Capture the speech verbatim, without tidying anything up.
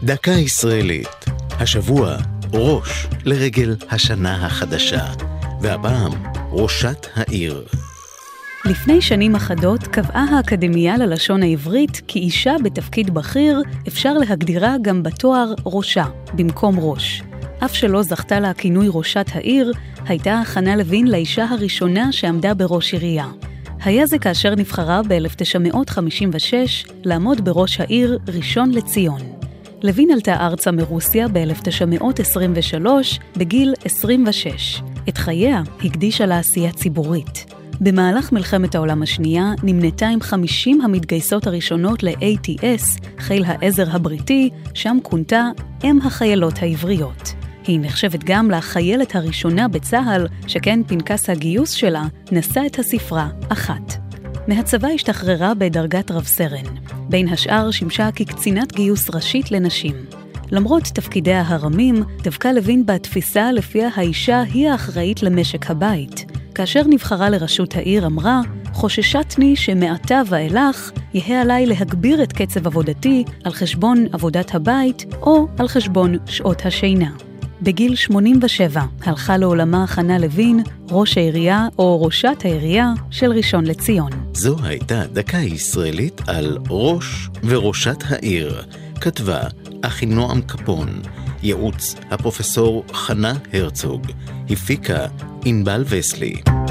דקה ישראלית. השבוע ראש לרגל השנה החדשה, והפעם ראשת העיר. לפני שנים אחדות קבעה האקדמיה ללשון העברית כי אישה בתפקיד בכיר אפשר להגדירה גם בתואר ראשה, במקום ראש. אף שלא זכתה לה כינוי ראשת העיר, הייתה חנה לוין לאישה הראשונה שעמדה בראש עירייה. היה זה כאשר נבחרה ב-אלף תשע מאות חמישים ושש לעמוד בראש העיר ראשון לציון. לוין עלתה ארצה מרוסיה ב-אלף תשע מאות עשרים ושלוש בגיל עשרים ושש. את חייה הקדישה לעשייה ציבורית. במהלך מלחמת העולם השנייה נמנתה עם חמישים המתגייסות הראשונות ל-איי טי אס, חיל העזר הבריטי, שם כונתה אם החיילות העבריות. היא נחשבת גם לחיילת הראשונה בצהל, שכן פנקס הגיוס שלה נשא את הספרה אחת. מהצבא השתחררה בדרגת רב סרן. בין השאר שימשה כקצינת גיוס ראשית לנשים. למרות תפקידיה הרמים, דווקא לוין בתפיסה לפיה האישה היא האחראית למשק הבית. כאשר נבחרה לראשות העיר אמרה, חוששתני שמעתה ואילך יהיה עליי להגביר את קצב עבודתי על חשבון עבודת הבית או על חשבון שעות השינה. בגיל שמונים ושבע הלכה לעולמה חנה לוין, ראש העירייה או ראשת העירייה של ראשון לציון. זו הייתה דקה ישראלית על ראש וראשת העיר. כתבה אחינועם קפון, ייעוץ הפרופסור חנה הרצוג, הפיקה ענבל וסלי.